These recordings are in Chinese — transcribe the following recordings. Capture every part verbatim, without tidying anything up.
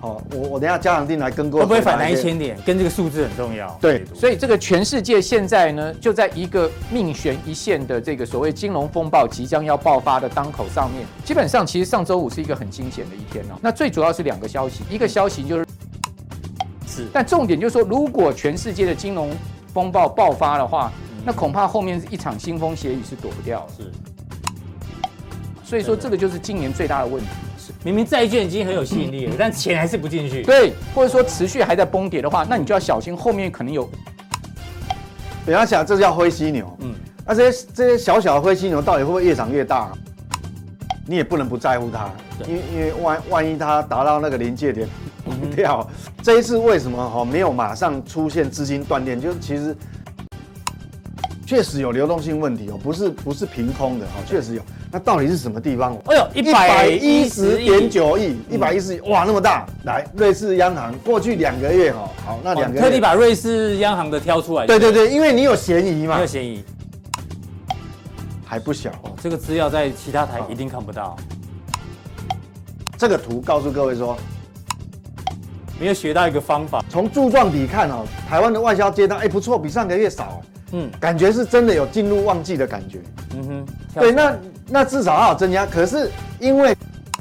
好，我我等一下加强定来跟各位会不会反弹一千点，跟这个数字很重要。 对， 所以这个全世界现在呢，就在一个命悬一线的这个所谓金融风暴即将要爆发的当口上面。基本上，其实上周五是一个很惊险的一天哦。那最主要是两个消息，一个消息就是是，但重点就是说，如果全世界的金融风暴爆发的话，那恐怕后面一场腥风血雨是躲不掉的。 是， 所以说这个就是今年最大的问题。 明明债券已经很有吸引力了，但钱还是不进去。 对，或者说持续还在崩跌的话，那你就要小心后面可能有。 不要想这叫灰犀牛，嗯，那这些这些小小的灰犀牛到底会不会越长越大？你也不能不在乎它，因为因为万万一它达到那个临界点崩掉，这一次为什么哈没有马上出现资金断裂？就是其实确实有流动性问题哦，不是不是凭空的哈，确实有。那到底是什么地方？ 哎呦， 一百一十点九亿，一百一十亿，哇，那么大！来，瑞士央行过去两个月哈，好，那两个月特地把瑞士央行的挑出来。 对对对，因为你有嫌疑嘛， 没有嫌疑， 还不小哦。这个资料在其他台一定看不到。 这个图告诉各位说， 没有学到一个方法。 从柱状体看哦，台湾的外销接单哎不错，比上个月少，嗯，感觉是真的有进入旺季的感觉。嗯哼，对，那那至少要有增加，可是因为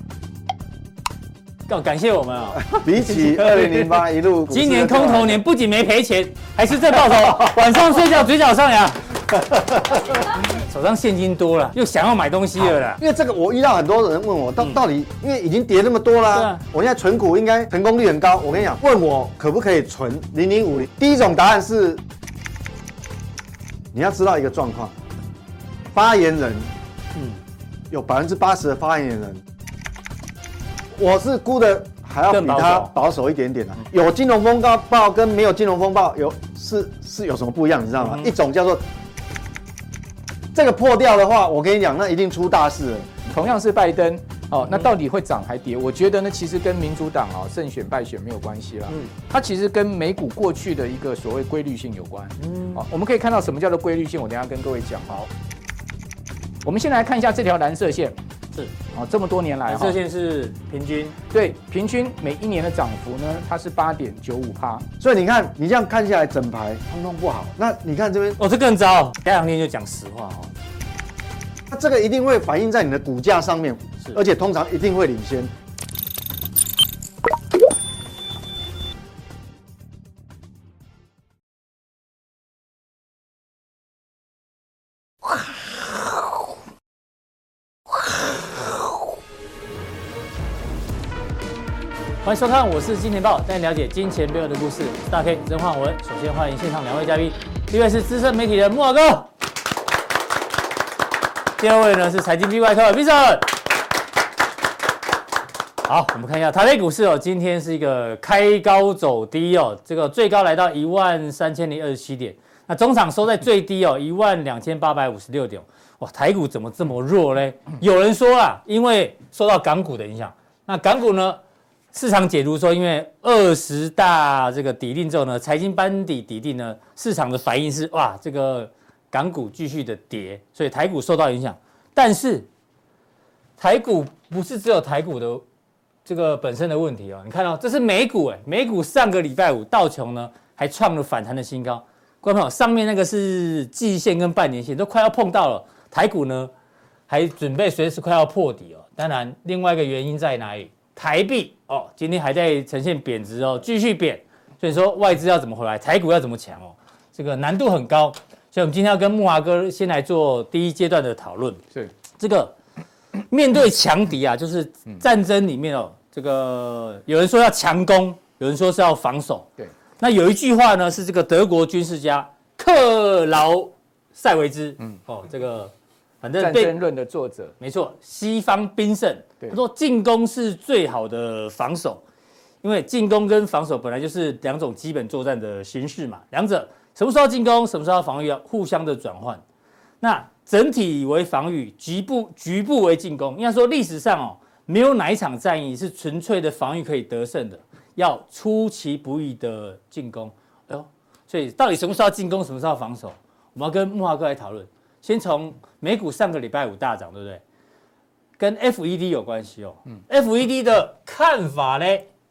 要感谢我们啊、 哦，比起二零零八一路， 今年空头年不仅没赔钱，还是正报酬，晚上睡觉嘴角上扬。手上现金多了，又想要买东西了啦。 因为这个，我遇到很多人问我，到到底，因为已经跌那么多啦，啊、我现在存股应该成功率很高。我跟你讲，问我可不可以存零零五零？第一种答案是，你要知道一个状况，发言人，嗯，有百分之八十的发言人，我是估的还要比他保守一点点的、啊。有金融风暴跟没有金融风暴有是是有什么不一样？你知道吗？嗯、一种叫做。这个破掉的话，我跟你讲，那一定出大事了。 同样是拜登，哦，那到底会涨还跌？我觉得呢，其实跟民主党啊胜选败选没有关系啦。嗯，它其实跟美股过去的一个所谓规律性有关。嗯，好，我们可以看到什么叫做规律性，我等一下跟各位讲。好，我们先来看一下这条蓝色线。 是， 哦，这么多年来， 蓝色线是平均， 对，平均每一年的涨幅呢，它是八点九五趴。 所以你看，你这样看下来，整排通通不好。那你看这边， 哦，这更糟。前两天就讲实话哦， 那这个一定会反映在你的股价上面，而且通常一定会领先。 欢迎收看，我是金钱豹，带你了解金钱背后的故事。大 K 曾焕文，首先欢迎现场两位嘉宾，第一位是资深媒体人木华哥，第二位呢是财经 B 外科 Vincent。好，我们看一下台北股市哦，今天是一个开高走低哦，这个最高来到一万三千零二十七点，那中场收在最低哦，一万两千八百五十六点。哇，台股怎么这么弱呢？有人说啊，因为受到港股的影响，那港股呢？市场解读说，因为二十大这个底定之后呢，财经班底底定呢，市场的反应是哇，这个港股继续的跌，所以台股受到影响。但是台股不是只有台股的这个本身的问题哦，你看到、哦、这是美股哎，美股上个礼拜五道琼呢还创了反弹的新高，各位朋友，上面那个是季线跟半年线都快要碰到了，台股呢还准备随时快要破底哦。当然，另外一个原因在哪里？台币哦，今天还在呈现贬值哦，继续贬，所以说外资要怎么回来，台股要怎么强哦，这个难度很高。所以我们今天要跟木华哥先来做第一阶段的讨论。 是这个面对强敌啊，就是战争里面哦，这个有人说要强攻，有人说是要防守。 对， 那有一句话呢，是这个德国军事家克劳塞维兹，嗯，哦，这个。反正战争论的作者， 没错，西方兵圣，他说进攻是最好的防守，因为进攻跟防守本来就是两种基本作战的形式嘛，两者什么时候进攻，什么时候防御，要互相的转换。那整体为防御，局部局部为进攻。应该说历史上哦，没有哪一场战役是纯粹的防御可以得胜的，要出其不意的进攻。哎呦，所以到底什么时候进攻，什么时候防守，我们要跟木华哥来讨论。先从美股上个礼拜五大涨，对不对？跟 F E D 有关系哦。嗯 ，F E D 的看法呢？我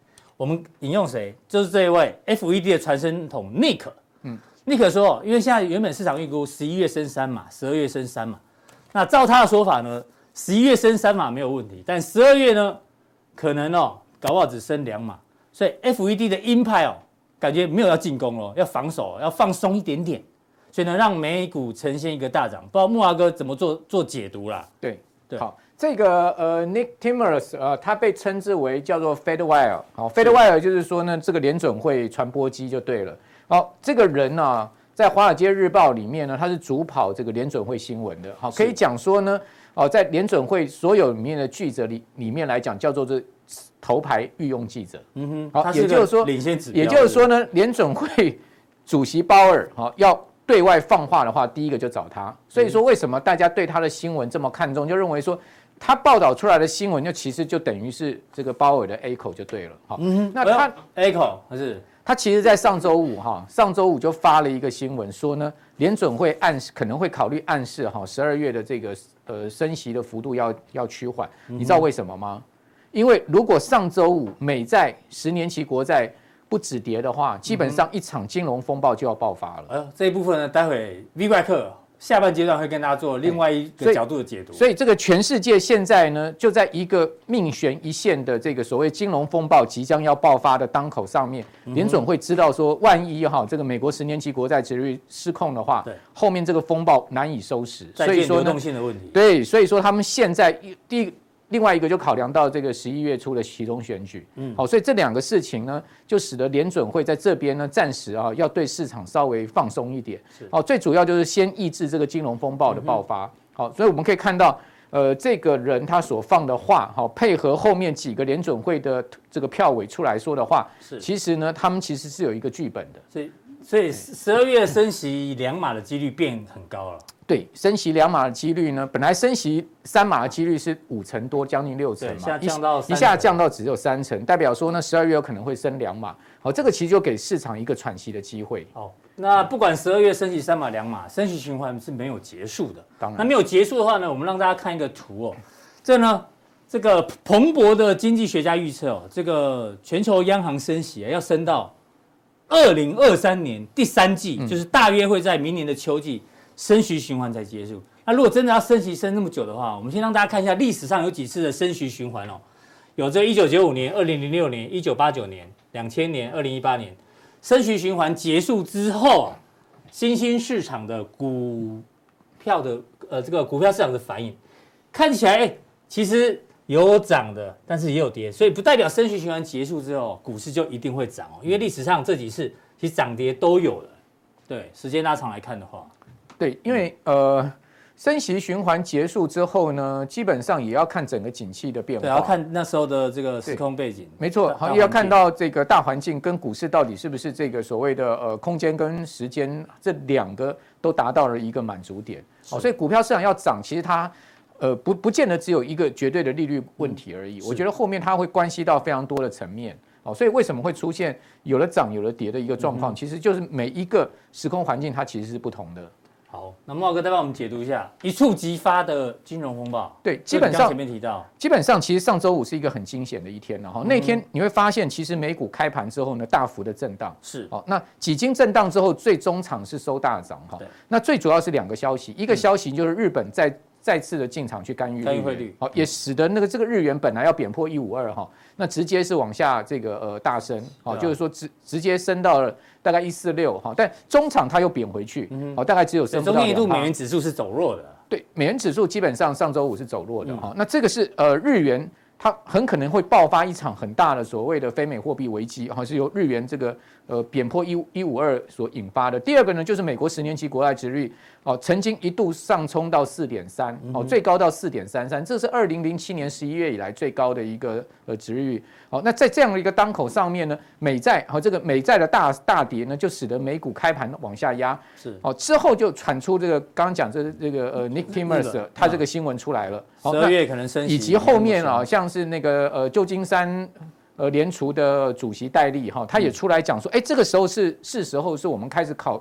我们引用谁？就是这一位 F E D 的传声筒 Nick。嗯 ，Nick 说，因为现在原本市场预估十一月升三码，十二月升三码。那照他的说法呢，十一月升三码没有问题，但十二月呢，可能哦，搞不好只升两码。所以 F E D 的鹰派哦，感觉没有要进攻了，要防守，要放松一点点。所以呢，让美股呈现一个大涨，不知道木华哥怎么做做解读啦？ 对对，好，这个呃 Nick Timiraos 呃，他被称之为叫做 Fedwire， 好 ，Fedwire 就是说呢，这个联准会传播机就对了。好，这个人呢、啊，在《华尔街日报》里面呢，他是主跑这个联准会新闻的，好，可以讲说呢，哦，在联准会所有里面的记者里里面来讲，叫做这头牌御用记者。 嗯哼，好，也就是说领先指标， 也就是说呢，联准会主席鲍尔好要对外放话的话，第一个就找他。所以说，为什么大家对他的新闻这么看重，就认为说他报道出来的新闻，就其实就等于是这个鲍尔的 A 口就对了。好， 嗯， 那他 A 口还是他其实，在上周五哈，上周五就发了一个新闻，说呢，联准会暗示可能会考虑暗示哈，十二月的这个呃升息的幅度要要趋缓。你知道为什么吗？因为如果上周五美债十年期国债不止跌的话，基本上一场金融风暴就要爆发了。 呃，这一部分呢，待会 V 怪客下半阶段会跟大家做另外一个角度的解读。 所以这个全世界现在呢，就在一个命悬一线的这个所谓金融风暴即将要爆发的当口上面，联准会知道说，万一哈这个美国十年期国债殖利率失控的话， 对， 后面这个风暴难以收拾。 所以说流动性的问题。 对，所以说他们现在第一。另外一个就考量到这个十一月初的期中选举，嗯，好，所以这两个事情呢，就使得联准会在这边呢，暂时啊要对市场稍微放松一点，好，最主要就是先抑制这个金融风暴的爆发，好，所以我们可以看到，呃，这个人他所放的话，好，配合后面几个联准会的这个票委出来说的话，是，其实呢，他们其实是有一个剧本的， 所以所以十二月升息两码的几率变很高了。 对，升息两码的几率呢，本来升息三码的几率是五成多，将近六成嘛， 一下降到一下降到只有三成，代表说呢，十二月有可能会升两码。好，这个其实就给市场一个喘息的机会。 好，那不管十二月升息三码两码，升息循环是没有结束的。 当然， 那没有结束的话呢，我们让大家看一个图哦，这呢，这个彭博的经济学家预测哦，这个全球央行升息要升到二零二三年第三季，嗯、就是大约会在明年的秋季。升息循环才结束。那如果真的要升息升那么久的话，我们先让大家看一下历史上有几次的升息循环哦。有这一九九五年、二零零六年、一九八九年、两千年、二零一八年，升息循环结束之后啊，新兴市场的股票的呃这个股票市场的反应看起来，哎，其实有涨的，但是也有跌，所以不代表升息循环结束之后股市就一定会涨哦。因为历史上这几次其实涨跌都有的。对，时间拉长来看的话。 对，因为呃，升息循环结束之后呢，基本上也要看整个景气的变化， 对，要看那时候的这个时空背景。 没错，好，也要看到这个大环境跟股市到底是不是这个所谓的呃空间跟时间这两个都达到了一个满足点。好，所以股票市场要涨，其实它呃不不见得只有一个绝对的利率问题而已。我觉得后面它会关系到非常多的层面。好，所以为什么会出现有了涨有了跌的一个状况？嗯、其实就是每一个时空环境它其实是不同的。 好，那茂哥再帮我们解读一下一触即发的金融风暴。 对，基本上前面提到， 基本上其实上周五是一个很惊险的一天了哈。嗯、那天你会发现，其实美股开盘之后呢，大幅的震荡。 是， 好，那几经震荡之后，最终场是收大涨哈。那最主要是两个消息，一个消息就是日本在再次的进场去干预干预汇率， 好，也使得那个这个日元本来要贬破一五二哈，那直接是往下这个呃大升，好，就是说直直接升到了大概一四六哈，但中场它又贬回去，好，大概只有升不到两趴。 中间一度美元指数是走弱的， 对，美元指数基本上上周五是走弱的哈，那这个是呃日元。它很可能会爆发一场很大的所谓的非美货币危机，哈，是由日元这个呃贬破一一五二所引发的。第二个呢，就是美国十年期国债殖利率哦，曾经一度上冲到四点三，哦，最高到四点三三，这是二零零七年十一月以来最高的一个呃殖利率。好，那在这样的一个当口上面呢，美债和这个美债的大大跌呢，就使得美股开盘往下压。 是， 哦，之后就传出这个刚刚讲这这个呃 Nick Timiraos 他这个新闻出来了， 十二月可能升息， 以及后面啊，像是那个呃旧金山呃联储的主席戴利哈，他也出来讲说，哎，这个时候是是时候是我们开始考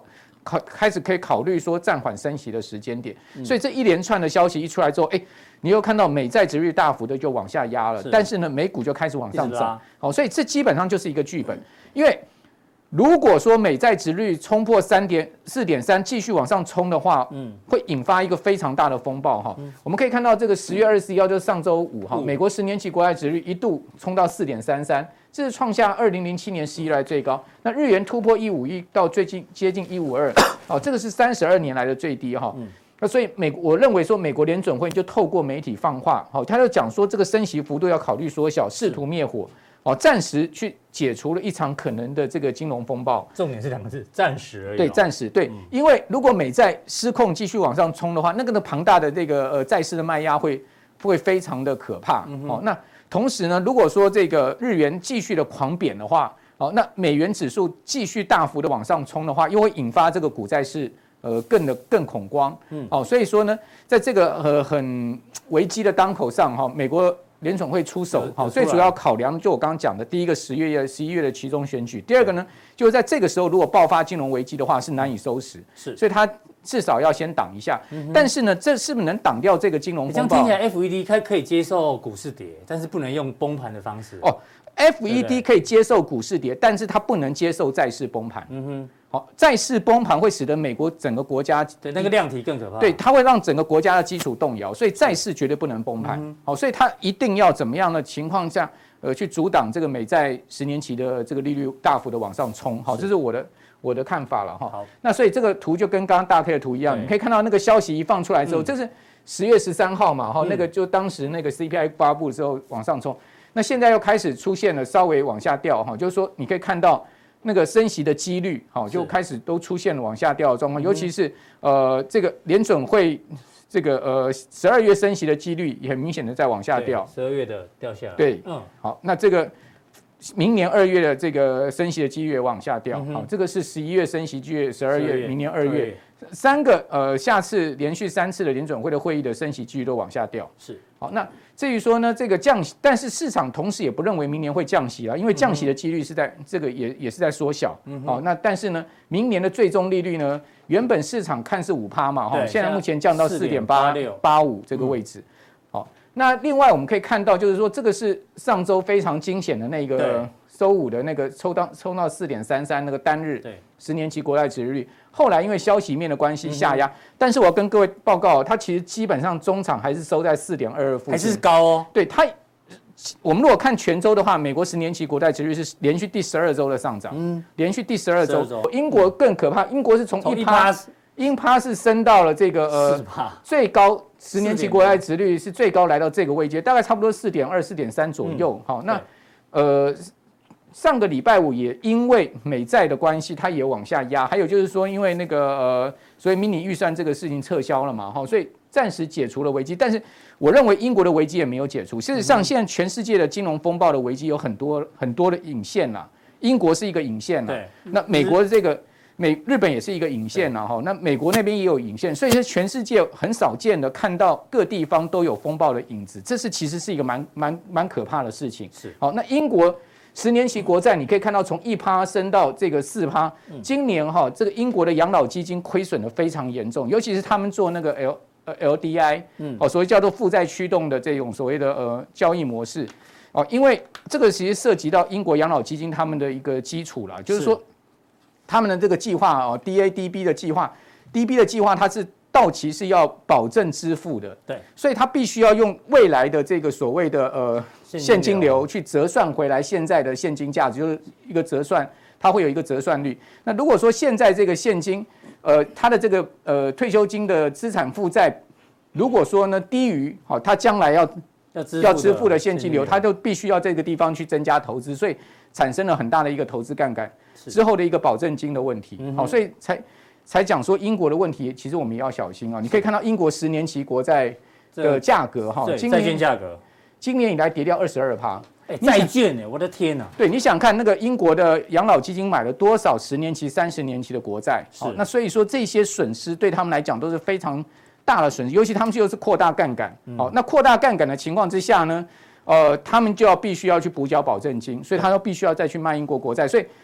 考开始可以考虑说暂缓升息的时间点。所以这一连串的消息一出来之后，哎，你又看到美债殖率大幅的就往下压了，但是呢，美股就开始往上涨。好，所以这基本上就是一个剧本，因为。如果说美债殖率冲破三点四点三，继续往上冲的话，嗯，会引发一个非常大的风暴哈。嗯、我们可以看到这个十月二十一号就是上周五哈，嗯、美国十年期国债殖率一度冲到四点三三，这是创下二零零七年十一来最高。那日元突破一五一到最近接近一五二，哦，这个是三十二年来的最低哈。嗯、那所以美我认为说美国联准会就透过媒体放话，好，他就讲说这个升息幅度要考虑缩小，试图灭火。哦，暂时去解除了一场可能的这个金融风暴。 重点是两个字，暂时而已、哦。 对，暂时对，嗯、因为如果美债失控继续往上冲的话，那个的庞大的这个呃债市的卖压会会非常的可怕。嗯、哦，那同时呢，如果说这个日元继续的狂贬的话，哦，那美元指数继续大幅的往上冲的话，又会引发这个股债市呃更的更恐慌。嗯，哦，所以说呢，在这个呃很危机的当口上，哈、哦，美国。联准会出手，好，最主要考量就我刚刚讲的，第一个十月、十一月的期中选举，第二个呢，就是在这个时候如果爆发金融危机的话，是难以收拾，是，所以它至少要先挡一下。嗯、但是呢，这是不是能挡掉这个金融风暴？ 这样听起来 F E D 它可以接受股市跌，但是不能用崩盘的方式。 哦 ，F E D 可以接受股市跌，但是它不能接受债市崩盘。嗯哼。好，债市崩盘会使得美国整个国家对那个量体更可怕， 对，它会让整个国家的基础动摇，所以债市绝对不能崩盘。嗯、好，所以它一定要怎么样的情况下，呃，去阻挡这个美债十年期的这个利率大幅的往上冲。好，这是我的我的看法了哈。好，那所以这个图就跟刚刚大 K 的图一样，你可以看到那个消息一放出来之后，嗯、这是十月十三号嘛，哈、嗯，那个就当时那个 C P I 发布的时候往上冲，那现在又开始出现了稍微往下掉哈，就是说你可以看到。那个升息的几率，好，就开始都出现了往下掉的状况，尤其是呃，这个联准会这个呃十二月升息的几率也很明显的在往下掉， 十二月的掉下来， 对，嗯，好，那这个明年二月的这个升息的几率也往下掉，好，这个是十一月升息，几月十二月，明年二月，三个呃下次连续三次的联准会的会议的升息几率都往下掉， 是， 好，那。至于说呢，这个降息，但是市场同时也不认为明年会降息了，因为降息的几率是在这个也也是在缩小。嗯、好，那但是呢，明年的最终利率呢，原本市场看是五趴嘛，哈，现在目前降到四点八八五这个位置。嗯、好，那另外我们可以看到，就是说这个是上周非常惊险的那个周五的那个抽到抽到四点三三那个单日十年期国债殖利率。后来因为消息面的关系下压，嗯、但是我要跟各位报告，它其实基本上中场还是收在四点二二附近， 还是高哦。 对它，我们如果看全周的话，美国十年期国债殖率是连续第十二周的上涨，嗯，连续第十二周。英国更可怕，英国是从一趴，英趴是升到了这个呃最高十年期国债殖率是最高来到这个位阶，大概差不多四点二、四点三左右。好、嗯，那呃。上个礼拜五也因为美债的关系，它也往下压。还有就是说，因为那个呃，所以迷你预算这个事情撤销了嘛，哈，所以暂时解除了危机。但是我认为英国的危机也没有解除。事实上，现在全世界的金融风暴的危机有很多很多的引线啦。英国是一个引线啦，那美国的这个美日本也是一个引线啦，哈。那美国那边也有引线，所以是全世界很少见的看到各地方都有风暴的影子。这是其实是一个蛮蛮蛮可怕的事情。是好，那英国。十年期国债，你可以看到从一趴升到这个四趴。今年哈，这个英国的养老基金亏损的非常严重，尤其是他们做那个 L 呃 L D I， 哦，所谓叫做负债驱动的这种所谓的呃交易模式，哦，因为这个其实涉及到英国养老基金他们的一个基础啦，就是说他们的这个计划哦 ，D A D B 的计划 ，D B 的计划它是。到期是要保证支付的，对，所以它必须要用未来的这个所谓的呃现金流去折算回来现在的现金价值，就是一个折算，它会有一个折算率。那如果说现在这个现金，呃，它的这个呃退休金的资产负债，如果说呢低于好，它将来要要支付的现金流，它就必须要这个地方去增加投资，所以产生了很大的一个投资杠杆之后的一个保证金的问题，好，所以才。才讲说英国的问题，其实我们也要小心啊。你可以看到英国十年期国债的价格哈， 债券价格今年以来跌掉二十二趴。 债券哎，我的天哪！ 对，你想看那个英国的养老基金买了多少十年期、三十年期的国债？好，那所以说这些损失对他们来讲都是非常大的损失，尤其他们又是扩大杠杆。好，那扩大杠杆的情况之下呢？呃，他们就要必须要去补缴保证金，所以他都必须要再去卖英国国债。所以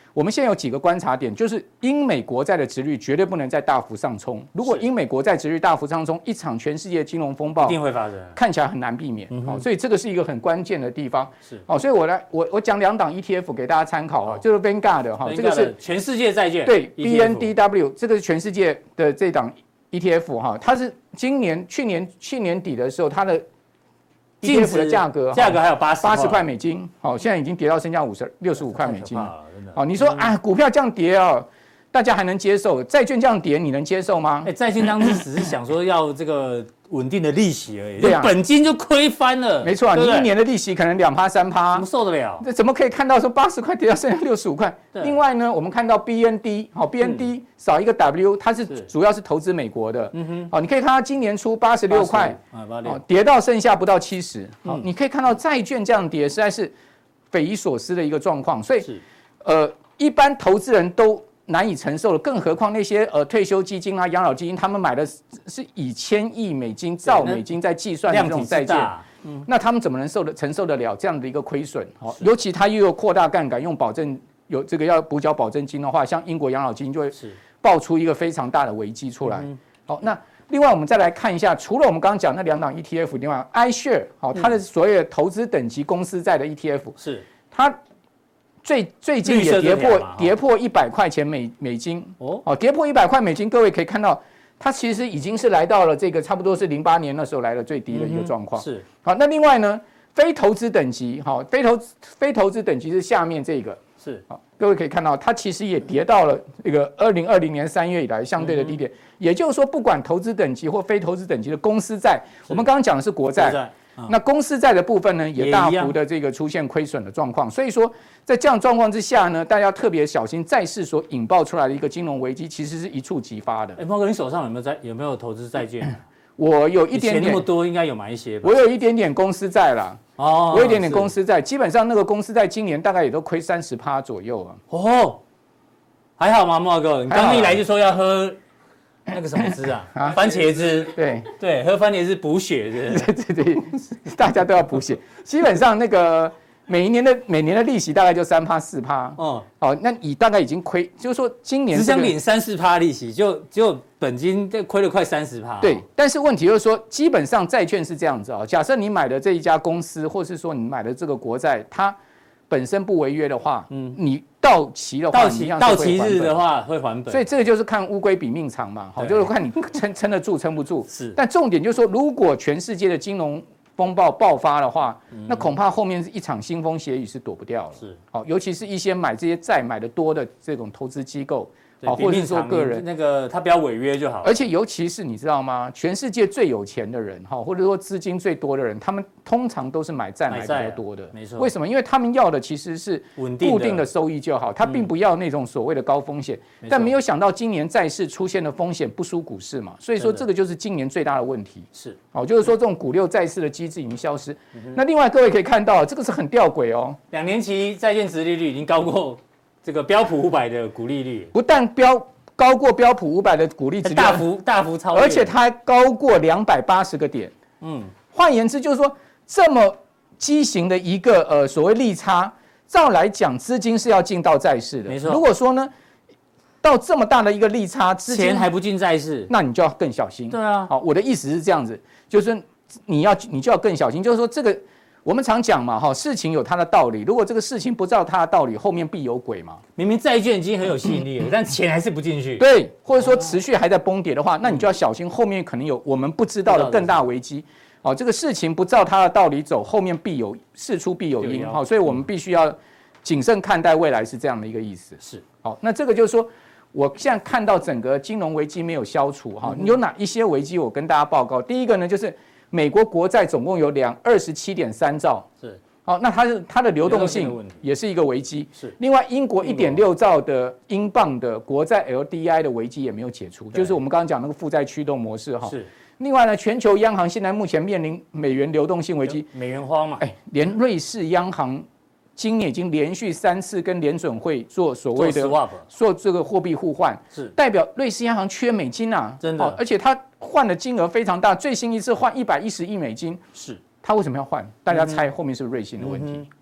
我们现在有几个观察点，就是英美国债的殖率绝对不能再大幅上冲。如果英美国债殖率大幅上冲，一场全世界金融风暴一定会发生， 看起来很难避免。嗯、哦，所以这个是一个很关键的地方。 是哦，所以我来我我讲两档 E T F 给大家参考啊，就是 Vanguard 哈，这个是全世界债券， 对 B N D W 这个是全世界的这档 E T F 哈，它是今年去年去年底的时候它的。E T F 的价格， 价格还有八十八十块美金，好，现在已经跌到剩下五十六十五块美金了。好，你说啊，股票这样跌啊，大家还能接受？债券这样跌，你能接受吗？ 哎，债券当时只是想说要这个稳定的利息而已， 对啊， 本金就亏翻了。 没错，你一年的利息可能两趴三趴， 怎么受得了？ 这怎么可以看到说八十块跌到剩下六十五块？另外呢，我们看到 B N D， 好 ，B N D 少一个 W， 它是主要是投资美国的。嗯哼，好，你可以看到今年初八十六块，哦，跌到剩下不到七十。好，你可以看到债券这样跌，实在是匪夷所思的一个状况。所以，呃，一般投资人都难以承受了，更何况那些呃退休基金啊、养老基金，他们买的是以千亿美金、兆美金在计算的这种债券，嗯、那他们怎么能受得承受得了这样的一个亏损？好，尤其他又有扩大杠杆，用保证有这个要补缴保证金的话，像英国养老基金就会爆出一个非常大的危机出来。嗯、好，那另外我们再来看一下，除了我们刚刚讲那两档 E T F， 另外 iShare 好，它的所谓的投资等级公司债的 E T F 是它。最最近也跌破跌破一百块钱美美金哦，哦，跌破一百块美金，各位可以看到，它其实已经是来到了这个差不多是零八年那时候来的最低的一个状况。嗯、是好，那另外呢，非投资等级，好，非投非投资等级是下面这个是好，各位可以看到，它其实也跌到了这个二零二零年三月以来相对的低点。嗯、也就是说，不管投资等级或非投资等级的公司债，我们刚刚讲的是国债。那公司债的部分呢，也大幅的这个出现亏损的状况，所以说在这样状况之下呢，大家要特别小心债市所引爆出来的一个金融危机，其实是一触即发的。 哎，猫哥，你手上有没有债？有没有投资债券？ 我有一点点， 钱那么多，应该有买一些吧？ 我有一点点公司债啦，哦，我有一点点公司债，基本上那个公司债今年大概也都亏三十趴左右啊。 哦，还好吗，猫哥？你刚一来就说要喝。那个什么汁啊？啊番茄汁。对对，喝番茄汁补血是。 对对对，大家都要补血。基本上那个每一年的每年的利息大概就三趴四趴。哦，好，那你大概已经亏，就是说今年只想领三四趴利息，就就本金就亏了快三十趴。 对，但是问题就是说，基本上债券是这样子啊。假设你买的这一家公司，或是说你买的这个国债，它本身不违约的话，嗯，你到期的话， 到期到期日的话会还本， 所以这个就是看乌龟比命长嘛，好，就是看你撑撑得住撑不住。是，但重点就是说，如果全世界的金融风暴爆发的话，嗯、那恐怕后面是一场腥风血雨是躲不掉了。是，好，尤其是一些买这些债买的多的这种投资机构。好，或者是说个人那个他不要违约就好。 而且尤其是你知道吗？全世界最有钱的人，哈，或者说资金最多的人，他们通常都是买债买比较多的。没错。为什么？因为他们要的其实是固定的收益就好，他并不要那种所谓的高风险。但没有想到今年债市出现的风险不输股市嘛，所以说这个就是今年最大的问题。是。好，就是说这种股六债四的机制已经消失。那另外各位可以看到，这个是很吊诡哦。 两年期债券殖利率已经高过。这个标普五百的股利率不但标高过标普五百的股利值， 大幅大幅超越， 而且它还高过两百八十个点。嗯，换言之就是说，这么畸形的一个呃所谓利差，照来讲资金是要进到债市的。没错。如果说呢，到这么大的一个利差，资金钱还不进债市， 那你就要更小心。对啊。好，我的意思是这样子，就是你要你就要更小心，就是说这个。我们常讲嘛，哈，事情有它的道理。如果这个事情不照它的道理，后面必有鬼嘛。 明明债券已经很有吸引力了，但钱还是不进去。 对，或者说持续还在崩跌的话，那你就要小心，后面可能有我们不知道的更大危机。哦，这个事情不照它的道理走，后面必有事出必有因。好，所以我们必须要谨慎看待未来，是这样的一个意思。是。好，那这个就是说，我现在看到整个金融危机没有消除，哈，有哪一些危机？我跟大家报告。第一个呢，就是。美国国债总共有两二十七点三兆，是好，那它是它的流动性也是一个危机。是，另外英国一点六兆的英镑的国债 L D I 的危机也没有解除，就是我们刚刚讲那个负债驱动模式哈。是，另外呢，全球央行现在目前面临美元流动性危机， 美元荒嘛，哎， 连瑞士央行今年已经连续三次跟联准会做所谓的做这个货币互换，是代表瑞士央行缺美金啊，真的，而且它。换的金额非常大，最新一次换一百一十亿美金，是它为什么要换？大家猜后面是不是瑞信的问题啊？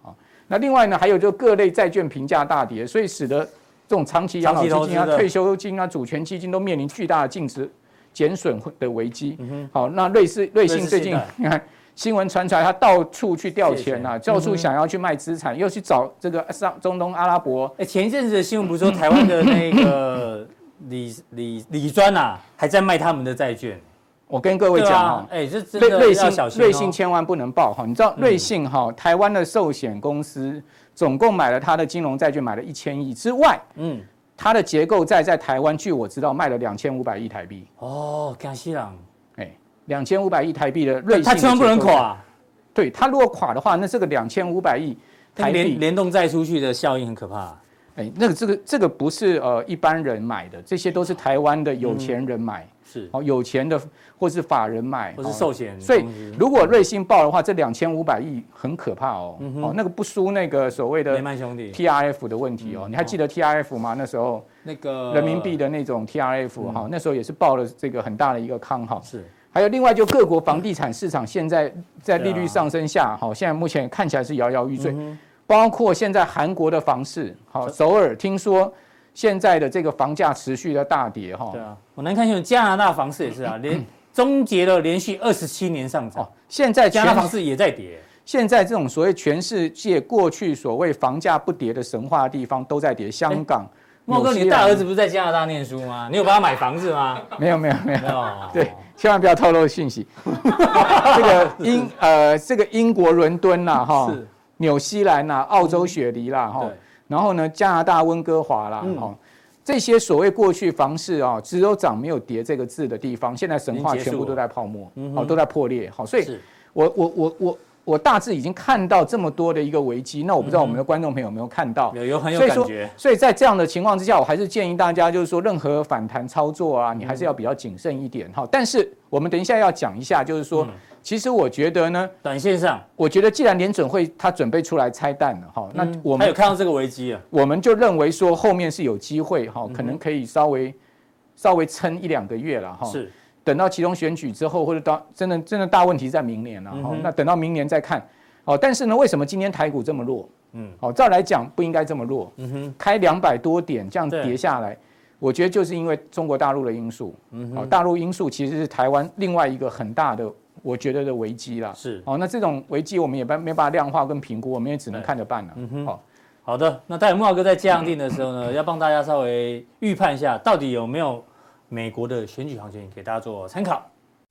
那另外呢，还有就各类债券评价大跌，所以使得这种长期养老基金啊、退休金啊、主权基金都面临巨大的净值减损的危机。嗯、好，那瑞士瑞信最近你看新闻传出来，他到处去调钱啊，到处想要去卖资产，又去找这个上中东阿拉伯。 哎，前一阵子的新闻不是说台湾的那个理理理专啊，还在卖他们的债券。 我跟各位讲哈， 哎，这真的要小心。 瑞信千万不能报哈，你知道瑞信哈，台湾的寿险公司总共买了它的金融债券，买了一千亿之外，嗯，它的结构债在台湾，据我知道卖了两千五百亿台币。 哦，江西人， 哎，两千五百亿台币的瑞信， 它千万不能垮。 对，它如果垮的话，那这个两千五百亿台币联联动债出去的效应很可怕。 哎，那个这个这个不是呃一般人买的，这些都是台湾的有钱人买。是哦，有钱的或是法人买， 或是寿险， 所以如果瑞信报的话，这两千五百亿很可怕哦。嗯、哦，那个不输那个所谓的雷曼兄弟 T R F 的问题哦。嗯、你还记得 T R F 吗？那时候那个人民币的那种 T R F 哈、嗯，那时候也是报了这个很大的一个康哈。 是， 还有另外就各国房地产市场现在在利率上升下，好、啊，现在目前看起来是摇摇欲坠，嗯、包括现在韩国的房市，好，首尔听说。现在的这个房价持续的大跌哈， 对啊，我能看清楚加拿大房市也是啊，连终结了连续二十七年上涨，哦， 现在加拿大房市也在跌。 现在这种所谓全世界过去所谓房价不跌的神话的地方都在跌，香港。 茂哥，你大儿子不是在加拿大念书吗？你有帮他买房子吗？ 没有没有没有，对，千万不要透露讯息。这个英呃，这个英国伦敦啦哈，纽西兰啦，澳洲雪梨啦哈。然后呢，加拿大温哥华啦，嗯、哦，这些所谓过去房市啊、哦，只有涨没有跌这个字的地方，现在神话全部都在泡沫，哦，都在破裂。好，所以我我我我我大致已经看到这么多的一个危机，那我不知道我们的观众朋友有没有看到？ 有有很有感觉。 所以说，所以在这样的情况之下，我还是建议大家，就是说，任何反弹操作啊，你还是要比较谨慎一点。哈、嗯，但是我们等一下要讲一下，就是说。嗯其实我觉得呢， 短线上， 我觉得既然联准会他准备出来拆弹了哈，那我们还有看到这个危机啊， 我们就认为说后面是有机会哈，可能可以稍微稍微撑一两个月了哈。是，等到期中选举之后，或者到真的真的大问题在明年了哈，那等到明年再看。哦，但是呢，为什么今天台股这么弱？嗯，好，照来讲不应该这么弱。嗯哼，开两百多点这样跌下来，我觉得就是因为中国大陆的因素。嗯哼，大陆因素其实是台湾另外一个很大的。我觉得的危机啦， 是哦，那这种危机我们也没没办法量化跟评估，我们也只能看着办了。嗯哼，好， 好的，那待会木华哥在加强定的时候呢，要帮大家稍微预判一下，到底有没有美国的选举行情，给大家做参考。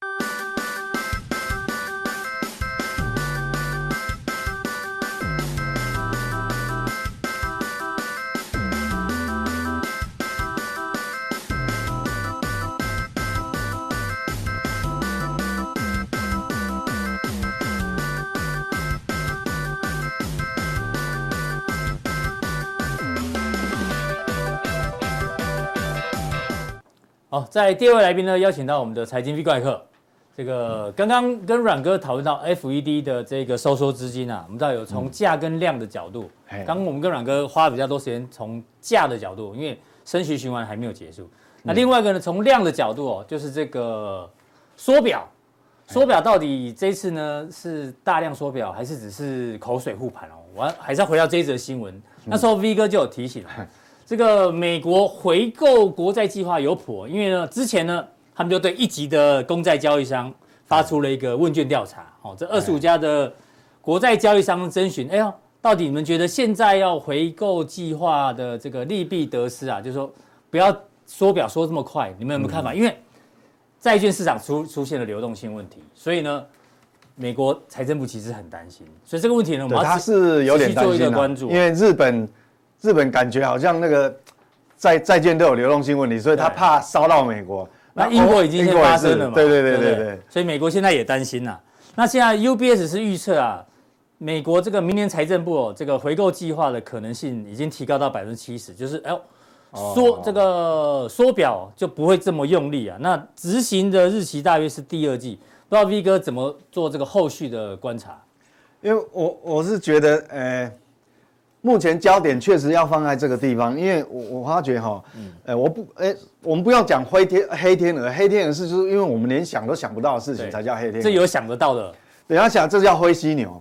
好，在第二位来宾呢，邀请到我们的财经 V 怪客。这个刚刚跟阮哥讨论到 F E D 的这个收缩资金啊，我们知道有从价跟量的角度。刚刚我们跟阮哥花了比较多时间从价的角度，因为升息循环还没有结束。那另外一个呢，从量的角度哦，就是这个缩表，缩表到底这一次呢是大量缩表，还是只是口水护盘哦？我还是要回到这一则新闻。那时候 V 哥就有提醒了。这个美国回购国债计划有谱，因为呢，之前呢，他们就对一级的公债交易商发出了一个问卷调查。哦，这二十五家的国债交易商征询，哎呦，到底你们觉得现在要回购计划的这个利弊得失啊，就是说不要缩表缩这么快，你们有没有看法？嗯、因为债券市场出出现了流动性问题，所以呢，美国财政部其实很担心。所以这个问题呢，我们要是有点担心、啊、 关注， 因为日本。日本感觉好像那个债债券都有流动性问题，所以他怕烧到美国。 那英国已经先发生了嘛？ 对对对对对。 所以美国现在也担心呐。那现在 U B S 是预测啊，美国这个明年财政部哦，这个回购计划的可能性已经提高到百分之七十，就是哎呦，缩这个缩表就不会这么用力啊。那执行的日期大约是第二季，不知道 V 哥怎么做这个后续的观察？ 因为我我是觉得，呃。目前焦点确实要放在这个地方，因为我我发觉哈，嗯，呃，我不，哎，我们不要讲灰天黑天鹅，黑天鹅是就是因为我们连想都想不到的事情才叫黑天鹅， 这有想得到的， 等一下想这叫灰犀牛，嗯，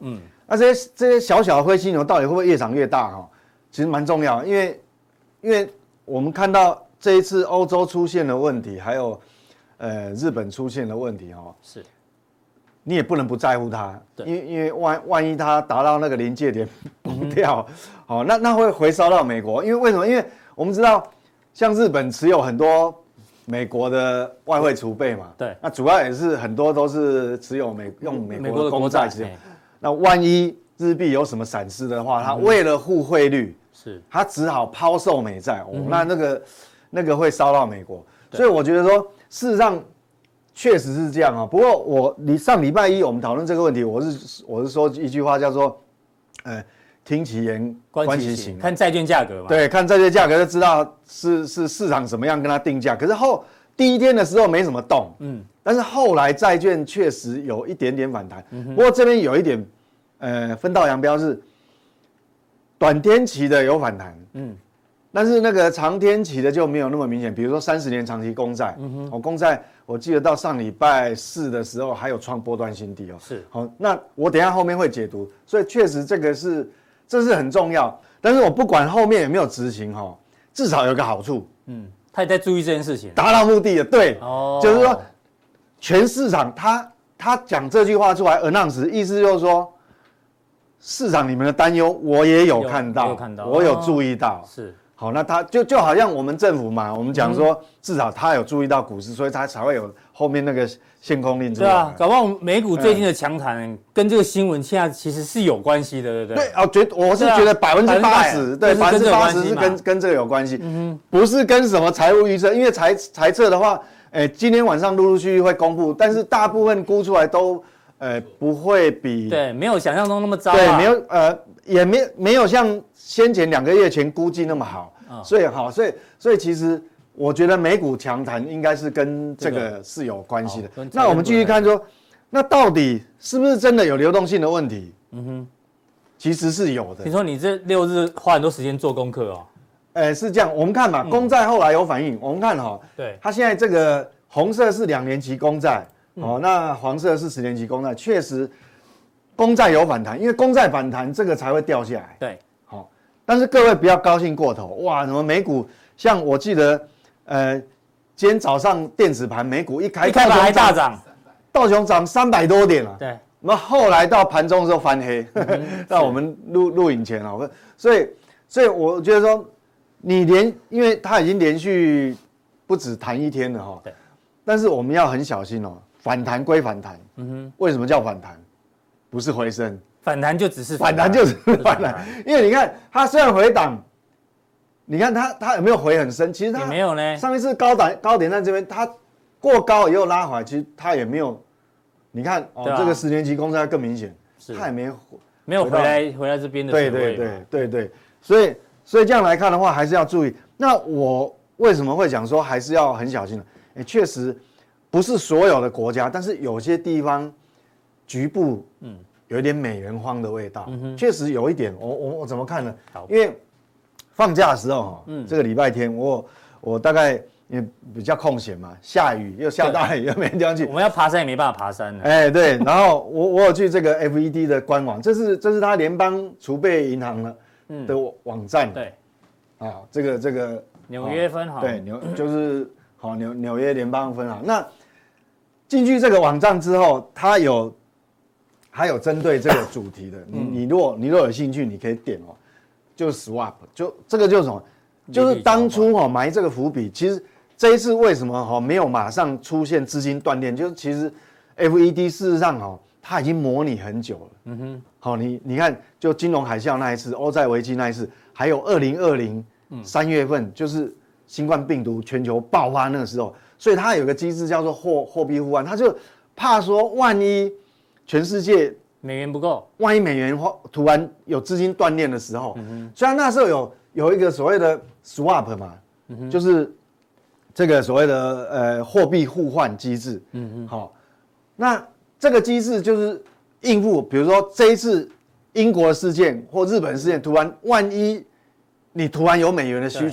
那这些这些小小的灰犀牛到底会不会越长越大哈？其实蛮重要，因为因为我们看到这一次欧洲出现的问题，还有呃日本出现的问题哈， 是， 你也不能不在乎它，因为因为万万一它达到那个临界点崩掉，好、嗯，那那会回烧到美国，因为为什么？因为我们知道像日本持有很多美国的外汇储备嘛， 对， 那主要也是很多都是持有美用美国的公债持有。那万一日币有什么闪失的话，他为了护汇率，是他只好抛售美债、哦嗯，那那个那个会烧到美国。所以我觉得说，事实上确实是这样啊、哦。不过我你上礼拜一我们讨论这个问题，我是我是说一句话叫做，呃，听其言观其行， 看债券价格嘛。 对，看债券价格就知道是是市场怎么样跟它定价。可是后第一天的时候没什么动，嗯，但是后来债券确实有一点点反弹。嗯、不过这边有一点。呃，分道扬镳是短天期的有反弹，嗯，但是那个长天期的就没有那么明显。比如说三十年长期公债，嗯哼，哦，公债我记得到上礼拜四的时候还有创波段新低哦， 是， 好、哦，那我等一下后面会解读，所以确实这个是这是很重要。但是我不管后面有没有执行哈、哦，至少有个好处， 嗯，他也在注意这件事情， 达到目的了，对， 哦， 就是说全市场他他讲这句话出来 announce， 意思就是说。市场你们的担忧，我也有看到， 有看到我有注意到， 哦、是好，那他就就好像我们政府嘛，我们讲说、嗯、至少他有注意到股市，所以他才会有后面那个限空令出来。 对啊，搞不好美股最近的强弹、嗯、跟这个新闻现在其实是有关系的，对不对？ 对哦，觉我是觉得百分之八十，对，百分之八十是跟跟这个有关系，嗯、不是跟什么财务预测，因为财财测的话，哎，今天晚上陆陆续续会公布，但是大部分估出来都。呃，不会比对，没有想象中那么糟、啊， 对，没有呃，也没没有像先前两个月前估计那么好，哦、所以好，所以所以其实我觉得美股强弹应该是跟这个是有关系的。这个、那我们继续看说，那到底是不是真的有流动性的问题？嗯哼，其实是有的。 你说你这六日花很多时间做功课哦？ 呃，是这样，我们看嘛，公债后来有反应，我们看哈、哦， 对， 它现在这个红色是两年期公债。哦，那黄色是十年期公债，确实公债有反弹，因为公债反弹这个才会掉下来。 对， 好、哦，但是各位不要高兴过头，哇，什么美股，像我记得，呃，今天早上电子盘美股一开， 一开盘还大涨， 道琼涨三百多点了。 对， 那后来到盘中的时候翻黑，到、嗯、我们录录影前啊，所以所以我觉得说，你连，因为它已经连续不止弹一天了哈、哦，对，但是我们要很小心哦。反弹归反弹，嗯哼，为什么叫反弹？不是回升， 反弹就只是反弹就是反弹，因为你看它虽然回档，你看它它有没有回很深？其实它也没有呢。 上一次高点高点在这边，它过高以后拉回来，其实它也没有。你看哦，啊、这个十年期公债更明显，它也没没有回来回来这边的水位。 对对对对对，所以所以这样来看的话，还是要注意。那我为什么会讲说还是要很小心呢？哎，确实。不是所有的国家，但是有些地方局部嗯有一点美元荒的味道，嗯、确实有一点。我我我怎么看呢？因为放假的时候哈，嗯、这个礼拜天我我大概也比较空闲嘛，下雨又下大雨又没地方去， 我们要爬山也没办法爬山了。 哎，对，然后我我有去这个 F E D 的官网，这是这是它联邦储备银行的嗯的网站， 对， 啊，这个这个纽约分行， 对纽就是好纽纽约联邦分行那。进去这个网站之后，它有，它有针对这个主题的。你你如果你如果有兴趣，你可以点哦，就是 swap， 就这个就是什么，就是当初哦埋这个伏笔。其实这一次为什么哈没有马上出现资金断裂，就是其实 F E D 事实上哦它已经模拟很久了。嗯哼，好你你看，就金融海啸那一次，欧债危机那一次，还有二零二零三月份，就是新冠病毒全球爆发那个时候。所以它有个机制叫做货货币互换，它就怕说万一全世界美元不够， 万一美元突然有资金断裂的时候，嗯、虽然那时候有有一个所谓的 swap 嘛，嗯、就是这个所谓的呃货币互换机制，嗯嗯，好、哦，那这个机制就是应付，比如说这一次英国的事件或日本事件，突然万一你突然有美元的需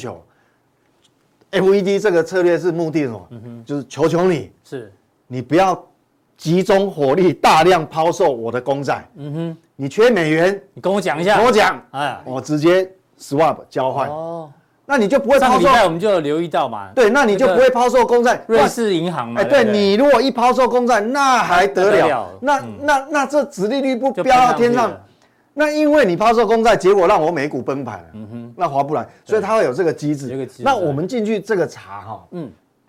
求。F E D 这个策略是目的是什么？嗯、就是求求你， 是， 你不要集中火力大量抛售我的公债。嗯哼，你缺美元， 你跟我讲一下， 跟我讲， 哎， 我直接 swap 交换。 哦， 那你就不会抛售。 上个礼拜我们就有留意到嘛， 对，那你就不会抛售公债。 瑞士银行嘛， 哎，对你如果一抛售公债，那还得了？那那那这殖利率不飙到天上？那因为你抛售公债，结果让我美股崩盘了，嗯哼，那划不来，所以它会有这个机制。那我们进去这个查哈，嗯，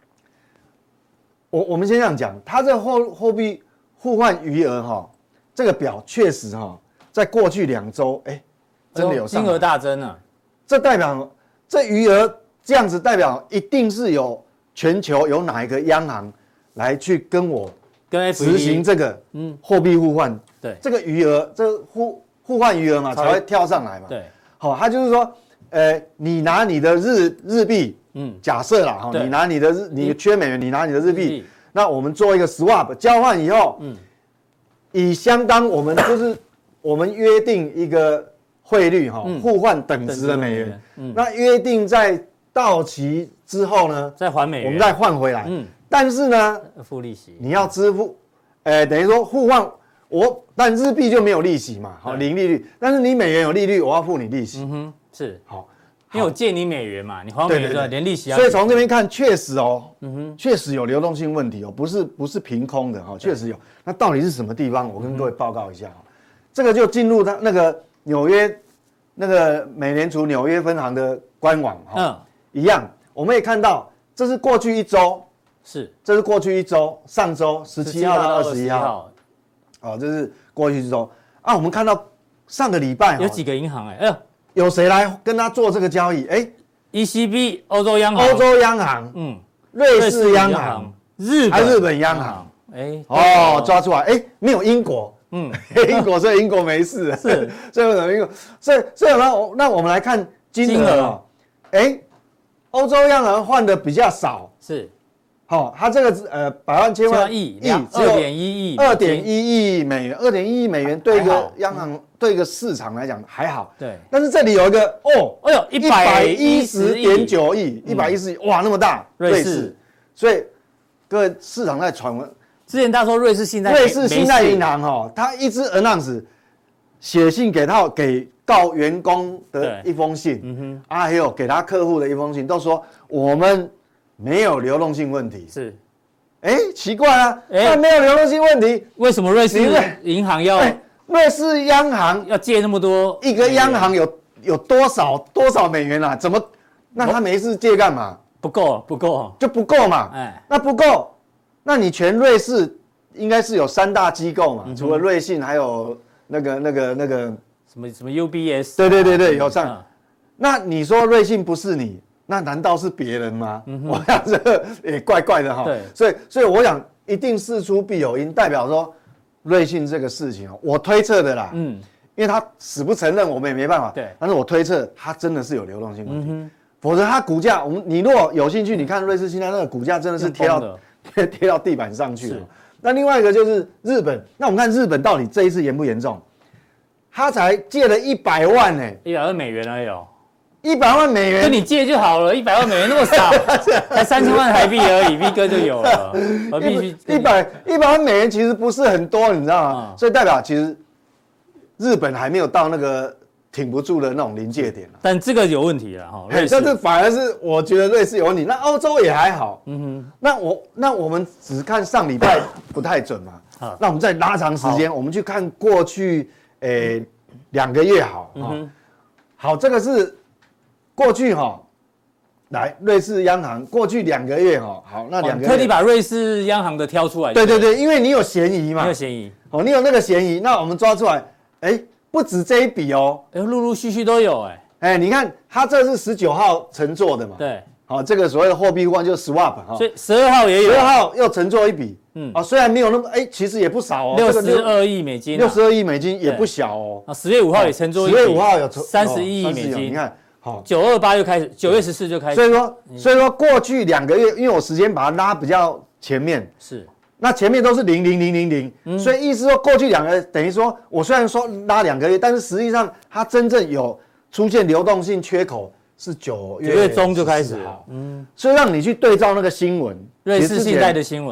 我我们先这样讲，它这货货币互换余额哈，这个表确实哈，在过去两周，哎，真的有金额大增啊， 这代表这余额这样子代表一定是有全球有哪一个央行来去跟我跟执行这个嗯货币互换， 对， 这个余额这互互换余额嘛才会跳上来嘛， 对， 好，它就是说，呃，你拿你的日日币。嗯，假设啦，哈，你拿你的日，你缺美元，你拿你的日币，那我们做一个 swap 交换以后，嗯，以相当我们就是我们约定一个汇率哈，互换等值的美元，嗯，那约定在到期之后呢， 再还美元， 我们再换回来，嗯，但是呢， 付利息， 你要支付，呃，等于说互换我，但日币就没有利息嘛，好，零利率，但是你美元有利率，我要付你利息，嗯哼， 是好。因为我借你美元嘛，你还美元对连利息要。 所以从这边看，确实哦，嗯哼，确实有流动性问题哦，不是不是凭空的哈，确实有。那到底是什么地方？我跟各位报告一下哈，这个就进入它那个纽约那个美联储纽约分行的官网哈，嗯，一样，我们也看到这是过去一周， 是， 这是过去一周，上周十七号到二十一号，哦，这是过去一周啊，我们看到上个礼拜有几个银行哎，哎呦。 有谁来跟他做这个交易？哎 ，E C B 欧洲央行、 欧洲央行，嗯，瑞士央行、 日本日本央行，哎，哦，抓出来，哎，没有英国，嗯，英国所以英国没事，是，所以为什么英国？所以所以呢，那我们来看金额，哎，欧洲央行换的比较少， 是， 好，它这个呃百万千万亿亿二点一亿， 二点一亿美元，二点一亿美元对一个央行。对一个市场来讲还好， 对， 但是这里有一个哦， 哎呦， 一百一十点九亿，一百一十亿，哇，那么大，瑞士，所以各位市场在传闻， 之前他说瑞士信贷， 瑞士信贷银行哈，他一支 announce 写信给他给告员工的一封信，嗯哼，啊，还有给他客户的一封信，都说我们没有流动性问题， 是， 哎，奇怪啊，那没有流动性问题， 为什么瑞士银行要？ 瑞士央行要借那么多， 一个央行有有多少多少美元啊？怎么？那他没事借干嘛？ 不够，不够， 就不够嘛。哎，那不够，那你全瑞士应该是有三大机构嘛？除了瑞信，还有那个那个那个什么什么 U B S。 对对对对，有上。那你说瑞信不是你，那难道是别人吗？我想这个也怪怪的哈。对，所以所以我想一定事出必有因，代表说。瑞信这个事情哦，我推测的啦，嗯，因为他死不承认，我们也没办法。对，但是我推测他真的是有流动性问题，嗯、否则他股价，我们你如果有兴趣，你看瑞士信贷那个股价真的是贴到贴贴到地板上去了。那另外一个就是日本，那我们看日本到底这一次严不严重？他才借了一百万呢、欸， 一百万美元而已哦。 一百万美元， 跟你借就好了，一百万美元那么少，才三千万台币而已 ，V 哥就有了，何必去一百一百万美元其实不是很多，你知道吗？嗯、所以代表其实日本还没有到那个挺不住的那种临界点、啊、 但这个有问题了哈， 但是反而是我觉得瑞士有问题，那欧洲也还好，嗯哼，那我那我们只看上礼拜不太准嘛，好，那我们再拉长时间，我们去看过去诶两、欸、个月好，嗯哼，好，这个是。过去哈，来瑞士央行过去两个月哈，好，那两个月特地把瑞士央行的挑出来。 对对对，因为你有嫌疑嘛， 你有嫌疑哦，你有那个嫌疑，那我们抓出来，哎，不止这一笔哦， 哎，陆陆续续都有哎， 哎，你看它这是十九号乘坐的嘛， 对， 好，这个所谓的货币互换就是 swap 哈， 所以十二号也有， 十二号又乘坐一笔，嗯，啊，虽然没有那么，哎，其实也不少哦， 六十二亿美金， 六十二亿美金也不小哦， 啊，十月五号也乘坐一笔， 十月五号有三十一亿美金， 你看。好， 九二八就开始，九月十四就开始。 所以说，所以说过去两个月，因为我时间把它拉比较前面， 是， 那前面都是零零零零零，嗯，所以意思说过去两个等于说，我虽然说拉两个月，但是实际上它真正有出现流动性缺口是九月九月中就开始了，嗯， 所以让你去对照那个新闻， 瑞士信贷的新闻，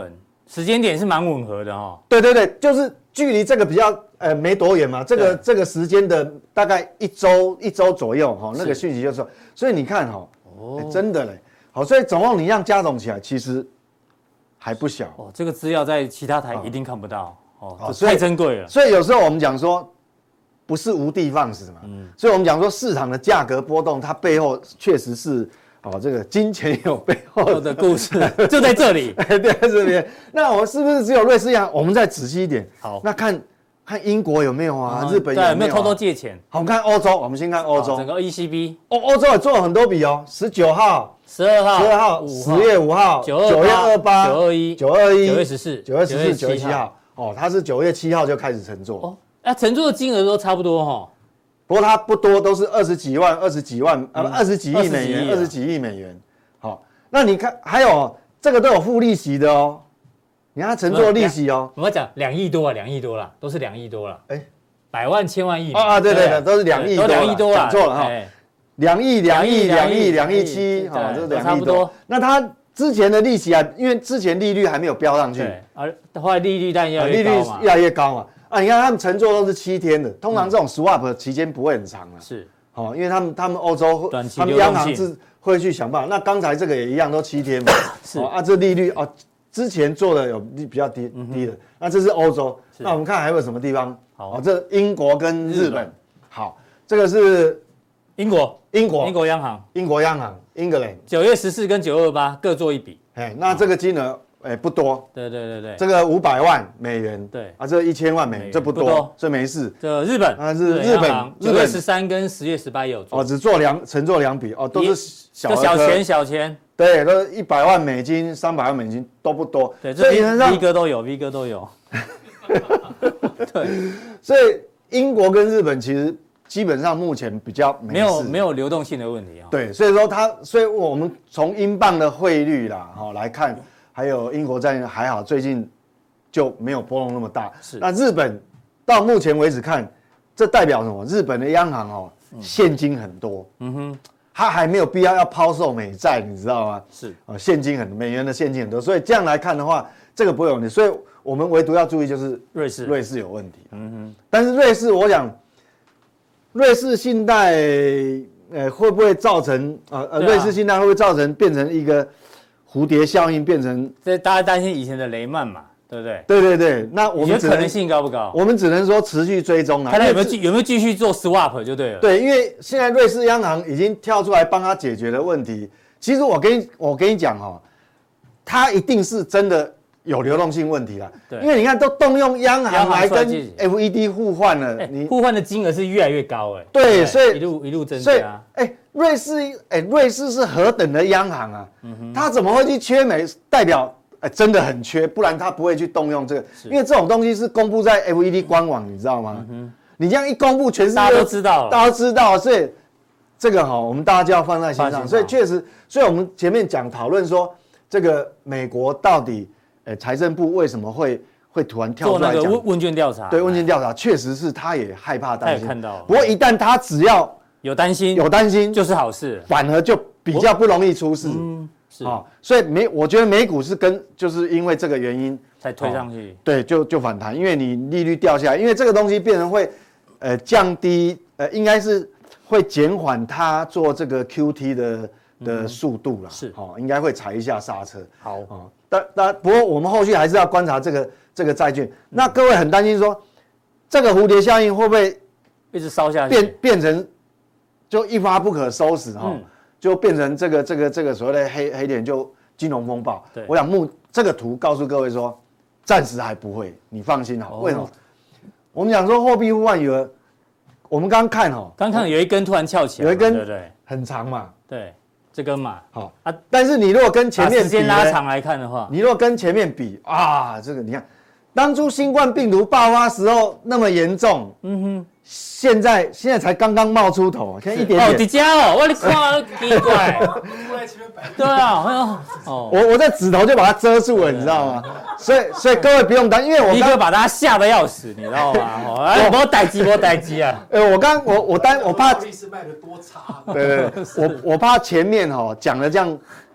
时间点是蛮吻合的哦。 对对对，就是距离这个比较呃没多远嘛，这个这个时间的大概一周一周左右哈、哦，那个讯息就是说，所以你看哈、哦，哦、真的嘞，好，所以总共你这样加总起来，其实还不小哦。这个资料在其他台一定看不到哦，哦这太珍贵了。 所以有时候我们讲说，不是无的放矢嘛，嗯，所以我们讲说市场的价格波动，它背后确实是。哦，这个金钱有背后的故事就在这里， 对，在这边。那我们是不是只有瑞士银行？我们再仔细一点。 好， 那看看英国有没有啊？日本有没有、啊？ 有没有偷偷借钱？ 好，我们看欧洲，我们先看欧洲。 整个 E C B， 欧欧洲也做了很多笔哦，十九号、 十二号、 十二号、十月五号、九月二八、 九二一、 九二一、 九月十四、 九月十四、九月七号。哦，它是九月七号就开始乘坐。 哦，那乘坐的金额都差不多哈、哦。 不过它不多，都是二十几万、二十几万啊，二十几亿美元、二十几亿美元。好，那你看还有这个都有付利息的哦，你看它乘坐利息哦， 我们讲两亿多啊，两亿多啦，都是两亿多啦，哎，百万千万亿啊啊，对对对，都是两亿多， 都两亿多啦， 讲错了哈，两亿两亿两亿两亿七，哈，这是两亿多。那它之前的利息啊，因为之前利率还没有飙上去， 对，而后来利率但越来越高嘛， 利率越来越高嘛，啊，你看他们乘坐都是七天的，通常这种 swap 期间不会很长啊， 是， 哦，因为他们他们欧洲他们央行是。会去想办法。那刚才这个也一样，都七天嘛。是、哦、啊，这利率哦，之前做的有比较低、嗯、低的。那这是欧洲。那我们看还有什么地方？好，哦、这英国跟日本。日本好，这个是英国， 英国， 英国央行， 英国央行 ，England。 九月十四跟九二八各做一笔。 哎，那这个金额哎不多。 对对对对。 这个五百万美元。 对。 啊，这一千万美元，这不多，这没事。 这日本。 啊，是日本， 九月十三跟十月十八也有做。 哦，只做两，乘做两笔哦，都是。 小小钱小钱， 对，都一百万美金、三百万美金都不多， 对，这基本上 V 哥都有 ，V 哥都有。 对，所以英国跟日本其实基本上目前比较没有没有流动性的问题啊。 对，所以说它，所以我们从英镑的汇率啦，哈来看，还有英国债还好，最近就没有波动那么大。是，那日本到目前为止看，这代表什么？日本的央行哦，现金很多。嗯哼。他还没有必要要抛售美债，你知道吗？是啊，现金很美元的现金很多，所以这样来看的话，这个不会有问题。所以我们唯独要注意就是瑞士， 瑞士有问题。嗯哼，但是瑞士，我想瑞士信贷，呃，会不会造成呃呃，瑞士信贷会不会造成变成一个蝴蝶效应，变成？ 这大家担心以前的雷曼嘛？对不对？ 对对对，那我们可能性高不高？ 我们只能说持续追踪啊， 看他有没有有没有继续做 swap 就对了。 对，因为现在瑞士央行已经跳出来帮他解决了问题。其实我跟你我跟你讲哈、哦，他一定是真的有流动性问题啦。对，因为你看都动用央行来跟 F E D 互换了， 你互换的金额是越来越高哎。 对，所以一路一路增加。 所以哎，瑞士哎，瑞士是何等的央行啊？嗯哼，他怎么会去缺美？代表。哎，真的很缺，不然他不会去动用这个，因为这种东西是公布在 F E D 官网，你知道吗？嗯、你这样一公布，全世界大家都知道了， 大家都知道，所以这个哈、哦，我们大家就要放在心上。所以确实，所以我们前面讲讨论说，这个美国到底，呃，财政部为什么会会突然跳出来讲做那个问卷调查？ 对，问卷调查确实是他也害怕担心， 他也看到了。 不过一旦他只要有担心， 有担心就是好事， 反而就比较不容易出事。嗯啊、哦，所以美，我觉得美股是跟就是因为这个原因才推上去，哦、 对，就就反弹，因为你利率掉下来，因为这个东西变成会，呃，降低，呃，应该是会减缓它做这个 Q T 的的速度啦，是，哦，应该会踩一下刹车。好，哦，但但不过我们后续还是要观察这个这个债券。嗯、那各位很担心说，这个蝴蝶效应会不会一直烧下去， 变变成就一发不可收拾哈？哦嗯就变成这个这个这个所谓的黑黑点，就金融风暴。我想目这个图告诉各位说，暂时还不会，你放心好。哦、为什么？我们讲说货币互换有，我们刚刚看哈， 刚看有一根突然翘起来， 有一根对对很长嘛， 对，这根嘛， 好啊。但是你如果跟前面比， 时间拉长来看的话， 你如果跟前面比啊，这个你看，当初新冠病毒爆发时候那么严重，嗯哼。现在现在才刚刚冒出头，看一点点。 哦，迪迦哦，我你看奇怪。对啊， 哦，我我在指头就把它遮住了，你知道吗？所以所以各位不用担心，因为我一个把他吓得要死，你知道吗？哦，我待机，我待机啊。 呃，我刚我我担我怕。 是卖的多差。 对对，我我怕前面哈讲的这样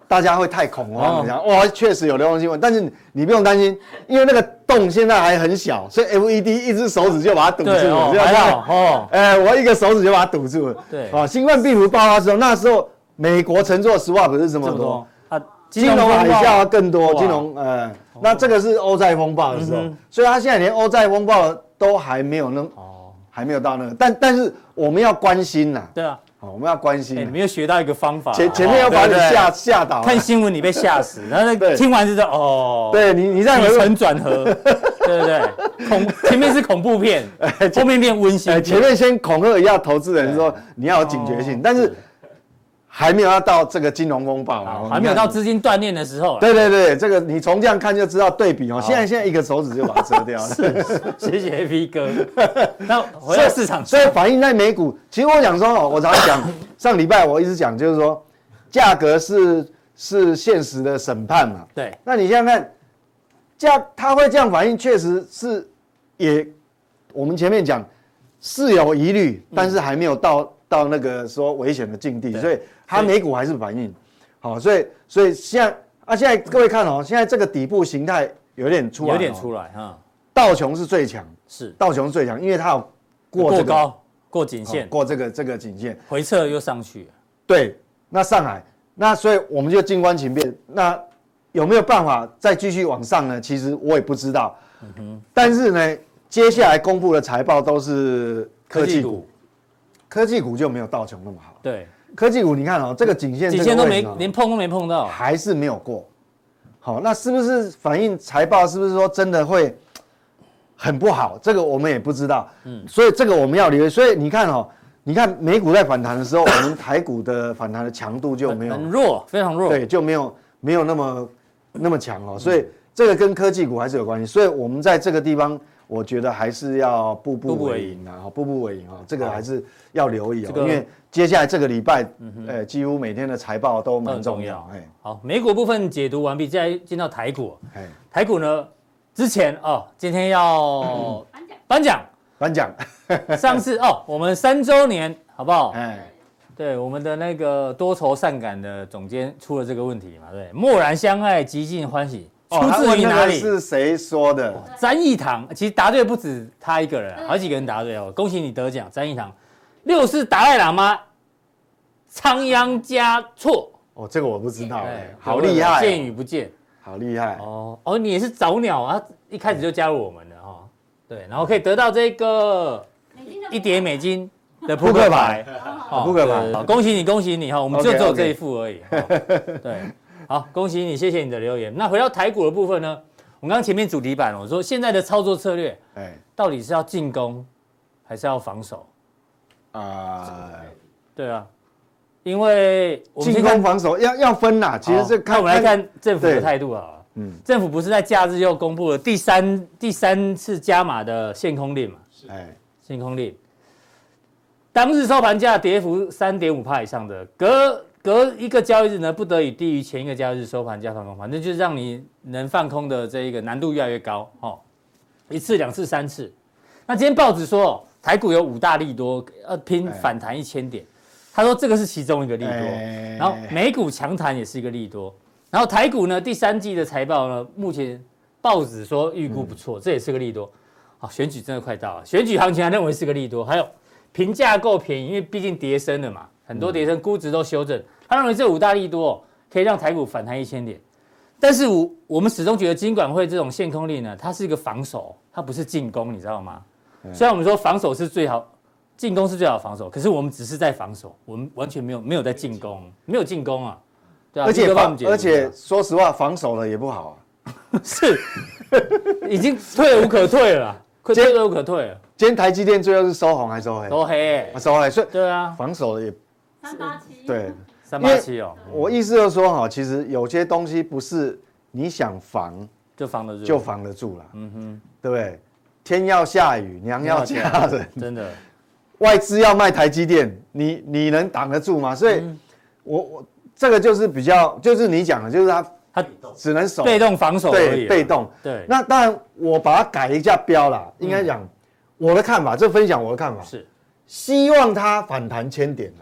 大家会太恐慌，你讲哇，确实有流动性问题，但是你不用担心，因为那个洞现在还很小，所以 F E D 一只手指就把它堵住了， 还好哦， 哎，我一个手指就把它堵住了。 对， 啊，新冠病毒爆发的时候，那时候美国乘坐 swap 是这么多啊，金融海啸更多，金融呃，那这个是欧债风暴的时候，所以它现在连欧债风暴都还没有那哦，还没有到那个，但但是我们要关心呐， 对啊。 我们要关心， 你没有学到一个方法， 前前面要把你吓吓倒， 看新闻你被吓死，然后听完就知道哦， 对你你这样起承转合，对不对？恐前面是恐怖片，后面变温馨， 前面先恐吓一下投资人说你要有警觉性，但是还没有要到这个金融风暴啊， 还没有到资金断裂的时候。 对对对，这个你从这样看就知道对比哦。现在现在一个手指就把它遮掉了。 是，谢谢 A P 哥。那回到市场， 所以反映在美股。其实我讲说哦，我常常讲，上礼拜我一直讲就是说，价格是是现实的审判嘛。 对。 那你想想看，价它会这样反应，确实是也我们前面讲是有疑虑，但是还没有到到那个说危险的境地，所以。它美股还是反应，好，所以所以现在啊，现在各位看哦，现在这个底部形态有点出来， 有点出来哈。 道琼是最强， 是道琼是最强，因为它有过这个过高过颈线， 过这个这个颈线， 回撤又上去。 对，那上海，那所以我们就静观其变。那有没有办法再继续往上呢？其实我也不知道。嗯哼。但是呢，接下来公布的财报都是科技股，科技股就没有道琼那么好。 对。 科技股，你看哦，这个颈线， 颈线都没连碰都没碰到， 还是没有过。好，那是不是反映财报？是不是说真的会很不好？这个我们也不知道。嗯，所以这个我们要留意。所以你看哦，你看美股在反弹的时候，我们台股的反弹的强度就没有很弱，非常弱。 对，就没有没有那么那么强哦。所以这个跟科技股还是有关系。所以我们在这个地方。我觉得还是要步步为营啊，步步为营啊，这个还是要留意啊，因为接下来这个礼拜，呃，几乎每天的财报都蛮重要。哎， 好，美股部分解读完毕，再来进到台股。台股呢，之前哦，今天要颁奖， 颁奖， 上次哦，我们三周年好不好？哎，对，我们的那个多愁善感的总监出了这个问题嘛，对，默然相爱，极尽欢喜。出自于哪里？ 是谁说的？ 詹义堂，其实答对不止他一个人，好几个人答对哦，恭喜你得奖，詹义堂。六是达赖喇嘛，仓央嘉措。 哦，这个我不知道，好厉害， 见与不见， 好厉害。 哦哦，你也是早鸟啊，一开始就加入我们的哈，对，然后可以得到这个一叠美金的扑克牌， 扑克牌， 好，恭喜你，恭喜你哈，我们就只有这一副而已，对。好，恭喜你，谢谢你的留言。那回到台股的部分呢？我们刚刚前面主题版我说现在的操作策略，哎，到底是要进攻还是要防守？啊，对啊，因为进攻防守要要分啦。其实这看我们来看政府的态度啊，嗯，政府不是在假日又公布了第三第三次加码的限空令嘛？哎，限空令，当日收盘价跌幅三点五趴以上的隔。隔一个交易日呢，不得已低于前一个交易日收盘价放空，反正就是让你能放空的这一个难度越来越高，哦，一次、两次、三次。那今天报纸说，台股有五大利多，要拼反弹一千点，他说这个是其中一个利多，然后美股强弹也是一个利多，然后台股呢第三季的财报呢，目前报纸说预估不错，这也是个利多。好，选举真的快到了，选举行情还认为是个利多，还有评价够便宜，因为毕竟跌升了嘛，很多跌升估值都修正。他认为这五大利多可以让台股反弹一千点，但是我我们始终觉得金管会这种限空令呢，它是一个防守，它不是进攻，你知道吗？虽然我们说防守是最好，进攻是最好的防守，可是我们只是在防守，我们完全没有没有在进攻，没有进攻啊，对啊， 而且而且说实话，防守了也不好啊， 是，已经退无可退了，退无可退了。 今天台积电最后是收红还是收黑？ 收黑， 收黑，所以对啊， 防守了也三八七， 对。 三八七哦， 我意思就是说哈，其实有些东西不是你想防就防得住， 就防得住了，嗯哼，对不对？天要下雨，娘要嫁人， 真的， 外资要卖台积电，你你能挡得住吗？所以，嗯、我我这个就是比较，就是你讲的，就是他他只能守被动防守而已， 对，被动。 对， 那当然我把它改一下标啦，应该讲我的看法，这分享我的看法是， 希望它反弹千点啦。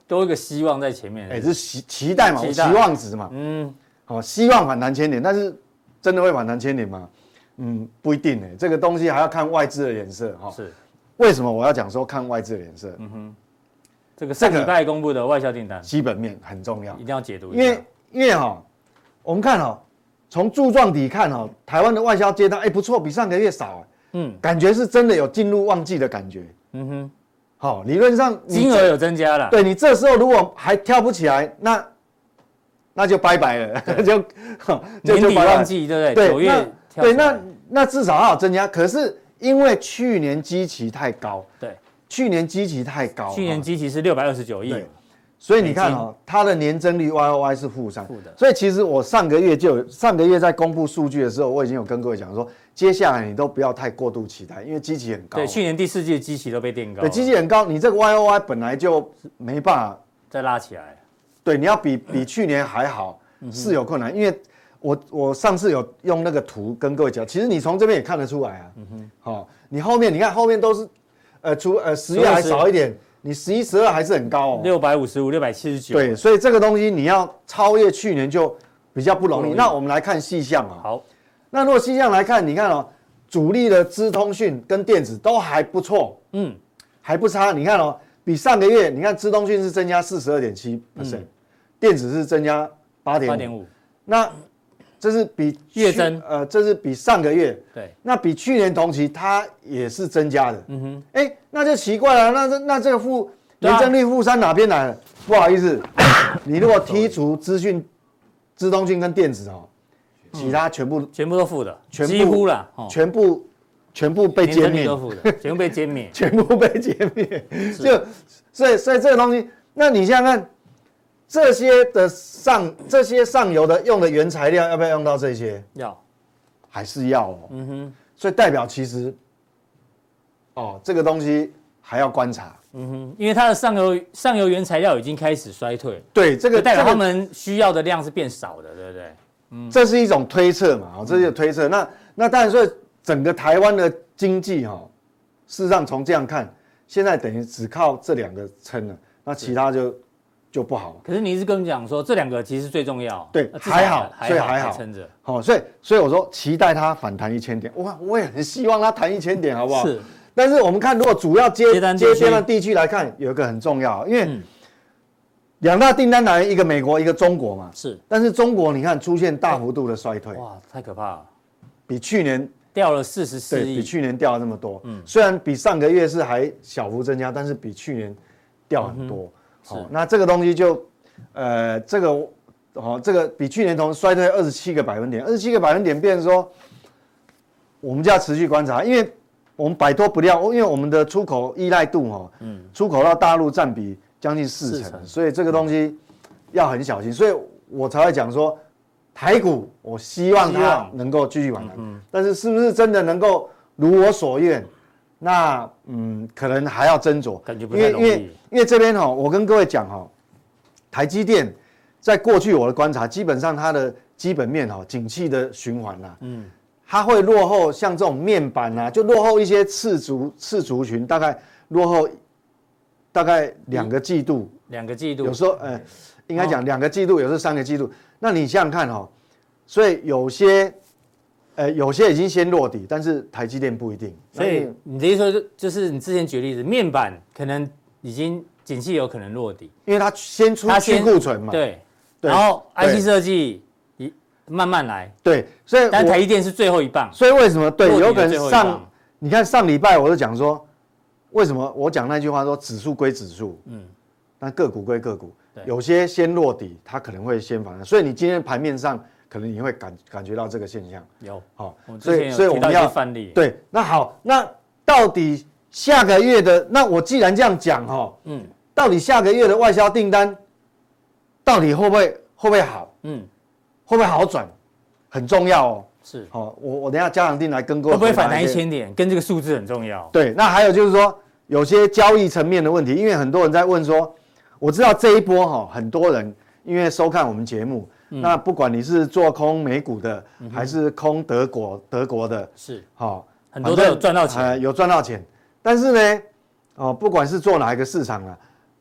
多一个希望在前面。 哎，是期期待嘛，期望值嘛。嗯，好，希望反弹千点，但是真的会反弹千点吗？嗯，不一定哎，这个东西还要看外资的脸色哈。是，为什么我要讲说看外资的脸色？嗯哼， 这个上礼拜公布的外销订单， 基本面很重要， 一定要解读一下。因为因为哈，我们看哈，从柱状体看哈，台湾的外销接单哎不错，比上个月少，嗯，感觉是真的有进入旺季的感觉。嗯哼，好，理论上金额有增加了。 对你这时候如果还跳不起来，那那就拜拜了，就年底旺季对不对？九月。 对，那那至少要增加，可是因为去年基期太高， 对， 去年基期太高， 去年基期是六百二十九亿， 所以你看哦，它的年增率 Y O Y 是负三，负的。所以其实我上个月就有上个月在公布数据的时候，我已经有跟各位讲说，接下来你都不要太过度期待，因为基期很高。 对，去年第四季的基期都被垫高， 对，基期很高，你这个 Y O Y 本来就没办法再拉起来。 对，你要比比去年还好是有困难，因为。我我上次有用那个图跟各位讲，其实你从这边也看得出来啊。嗯哼，好、哦，你后面你看后面都是，呃，除呃十月还少一点，你十一、十二还是很高哦。 六百五十五、六百七十九。 对，所以这个东西你要超越去年就比较不容易。那我们来看细项啊。 好， 那如果细项来看，你看哦，主力的资通讯跟电子都还不错，嗯，还不差。你看哦，比上个月，你看资通讯是增加四十二点七 percent， 电子是增加八点五，那。这是比月增， 呃，这是比上个月， 对， 那比去年同期它也是增加的，嗯哼，哎、欸，那就奇怪了，那这那这个负年增率负三哪边来了？不好意思，你如果剔除资讯、资通讯跟电子哦，其他全部、 嗯、全部都负的， 全部几乎了， 哦、全部全部被歼灭， 都负的，全部被歼灭， 全部被歼灭，就所以所以这个东西，那你想想看。这些的上这些上游的用的原材料要不要用到这些？ 要， 还是要哦。嗯哼，所以代表其实，哦，这个东西还要观察。 嗯哼，因为它的上游上游原材料已经开始衰退。 对，这个代表他们需要的量是变少的，对不对？ 嗯，这是一种推测嘛，哦，这是推测。那那当然，所以整个台湾的经济哈，事实上从这样看，现在等于只靠这两个撑了，那其他就。就不好， 可是你一直跟我们讲说这两个其实最重要， 对，还好，所以还好撑着， 好，所以所以我说期待它反弹一千点，哇，我也很希望它弹一千点，好不好？是，但是我们看如果主要接接接单地区来看，有一个很重要，因为两大订单来源，一个美国，一个中国嘛， 是， 但是中国你看出现大幅度的衰退， 哇，太可怕了， 比去年掉了四十四亿， 比去年掉了那么多，嗯，虽然比上个月是还小幅增加，但是比去年掉很多。好、哦，那这个东西就，呃，这个，哦，这个比去年同衰退二十七个百分点，二十七个百分点，变成说，我们就要持续观察，因为我们摆脱不掉，因为我们的出口依赖度哈，嗯，出口到大陆占比将近四成，所以这个东西要很小心，所以我才会讲说，台股我希望它能够继续反弹，嗯，但是是不是真的能够如我所愿？那嗯，可能还要斟酌， 感觉不太容易。 因为因为因为这边哈、哦，我跟各位讲哈、哦，台积电在过去我的观察，基本上它的基本面哈、哦，景气的循环啦、啊，嗯，它会落后，像这种面板啊，就落后一些次族次族群，大概落后大概两个季度， 两个季度， 有时候呃，应该讲两个季度，有时候三个季度。那你想想看哈、哦，所以有些。呃，有些已经先落底，但是台积电不一定。 所以你的意思说，就是你之前举例子，面板可能已经景气有可能落底， 因为它先出去库存嘛。 对。然后 I C 设计一慢慢来。 对，所以但台积电是最后一棒。 所以为什么对？有可能上，你看上礼拜我就讲说，为什么我讲那句话说指数归指数，嗯，但个股归个股，有些先落底，它可能会先反弹。所以你今天盘面上。可能你会感感觉到这个现象， 有好，所以所以我们要范例对。那好，那到底下个月的那我既然这样讲哈，嗯，到底下个月的外销订单到底会不会会不会好？嗯，会不会好转？很重要哦。 是， 好，我我等一下加强定来跟各位会不会反弹一千点，跟这个数字很重要。 对，那还有就是说有些交易层面的问题，因为很多人在问说，我知道这一波哈，很多人因为收看我们节目。那不管你是做空美股的，嗯、还是空德国德国的， 是好、哦， 很多都有赚到钱、 呃，有赚到钱。但是呢，哦，不管是做哪一个市场啊，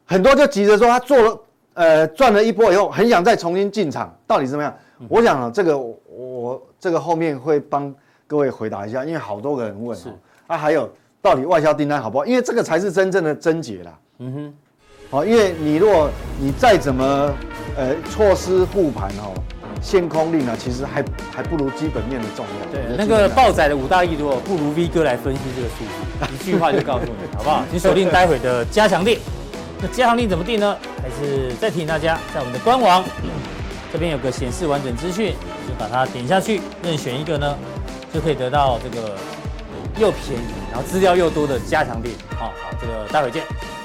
很多就急着说他做了呃赚了一波以后，很想再重新进场，到底是怎么样？嗯、我想啊，这个我我这个后面会帮各位回答一下，因为好多个人问是啊，还有到底外销订单好不好？因为这个才是真正的症结啦。嗯哼，好、哦，因为你如果你再怎么呃错失护盘哦。限空令啊，其实还还不如基本面的重要。 对，那个报载的五大利多，不如 V 哥来分析这个数字，一句话就告诉你，好不好？请锁定待会的加强定。那加强定怎么定呢？还是再提醒大家，在我们的官网这边有个显示完整资讯，就把它点下去，任选一个呢，就可以得到这个又便宜，然后资料又多的加强定。好好，这个待会见。